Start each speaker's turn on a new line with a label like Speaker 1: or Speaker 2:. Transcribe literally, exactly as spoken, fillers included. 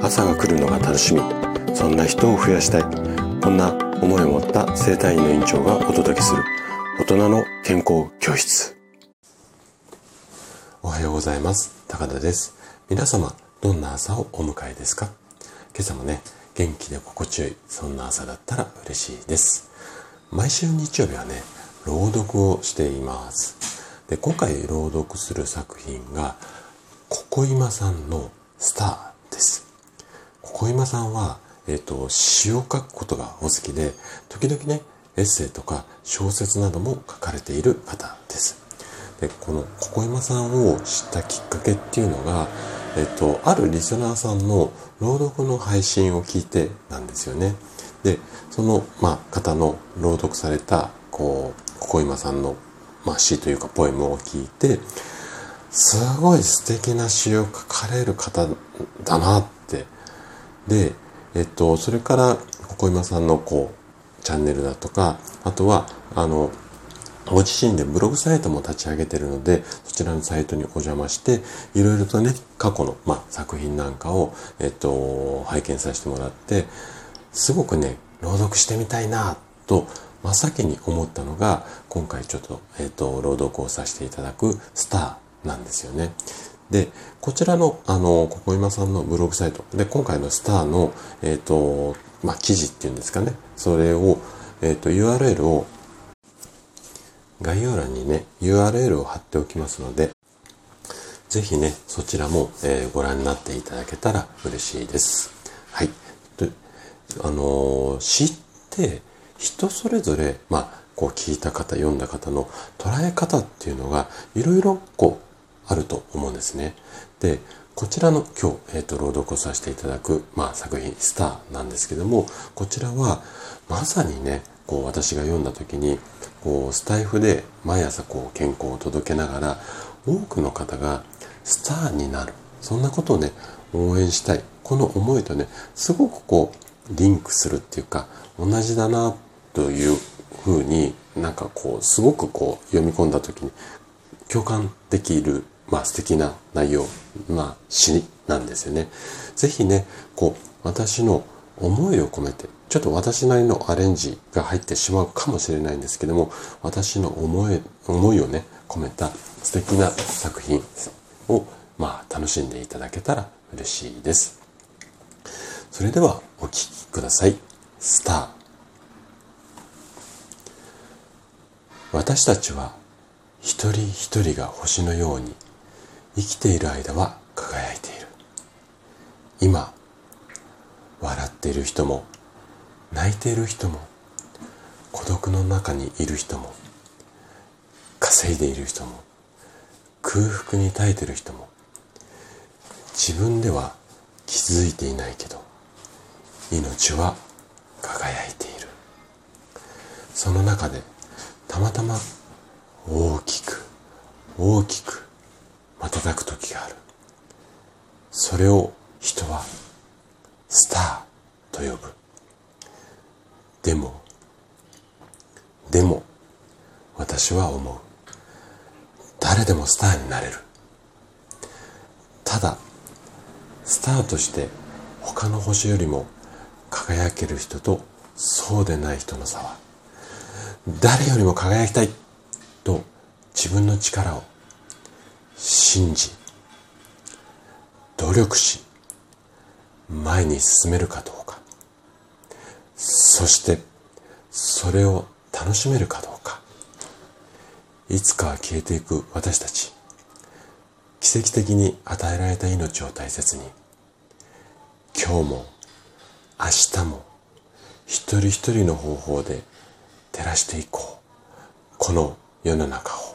Speaker 1: 朝が来るのが楽しみ、そんな人を増やしたい、こんな思いを持った整体院の院長がお届けする大人の健康教室。おはようございます。高田です。皆様どんな朝をお迎えですか？今朝もね、元気で心地よい、そんな朝だったら嬉しいです。毎週日曜日はね、朗読をしています。で、今回朗読する作品がここいまさんのスターです。ここいまさんは、えっと、詩を書くことがお好きで、時々ね、エッセイとか小説なども書かれている方です。で、このここいまさんを知ったきっかけっていうのが、えっと、あるリスナーさんの朗読の配信を聞いてなんですよね。で、その、まあ、方の朗読された、こう、ここいまさんの、まあ、詩というかポエムを聞いて、すごい素敵な詩を書かれる方だなって。で、えっと、それから、ここいまさんの、こう、チャンネルだとか、あとは、あの、ご自身でブログサイトも立ち上げているので、そちらのサイトにお邪魔して、いろいろとね、過去の、まあ、作品なんかを、えっと、拝見させてもらって、すごくね、朗読してみたいな、と、真っ先に思ったのが、今回ちょっと、えっと、朗読をさせていただくスターなんですよね。で、こちらの、あの、ここいまさんのブログサイト、で、今回のスターの、えっと、まあ、記事っていうんですかね、それを、えっと、ユーアールエル を、概要欄にね、ユーアールエル を貼っておきますので、ぜひね、そちらも、えー、ご覧になっていただけたら嬉しいです。はい。で、あのー、詩って人それぞれ、まあ、こう聞いた方、読んだ方の捉え方っていうのがいろいろこうあると思うんですね。で、こちらの今日、えっと、朗読をさせていただく、まあ、作品、スターなんですけども、こちらはまさにね、こう私が読んだ時に、こうスタイフで毎朝こう健康を届けながら、多くの方がスターになる、そんなことをね、応援したい、この思いとね、すごくこうリンクするっていうか、同じだなというふうになんかこうすごくこう読み込んだ時に共感できる、まあ素敵な内容な詩なんですよね。ぜひね、こう私の思いを込めて、ちょっと私なりのアレンジが入ってしまうかもしれないんですけども、私の思い、思いをね、込めた素敵な作品を、まあ、楽しんでいただけたら嬉しいです。それではお聴きください。スター。私たちは一人一人が星のように生きている間は輝いている。今、笑っている人も泣いている人も、孤独の中にいる人も、稼いでいる人も、空腹に耐えている人も、自分では気づいていないけど命は輝いている。その中でたまたま大きく大きく瞬く時がある。それを人はスターと呼ぶ。でもでも私は思う。誰でもスターになれる。ただスターとして他の星よりも輝ける人とそうでない人の差は、誰よりも輝きたいと自分の力を信じ努力し前に進めるかどうか、そしてそれを楽しめるかどうか。いつかは消えていく私たち、奇跡的に与えられた命を大切に、今日も明日も一人一人の方法で照らしていこう、この世の中を。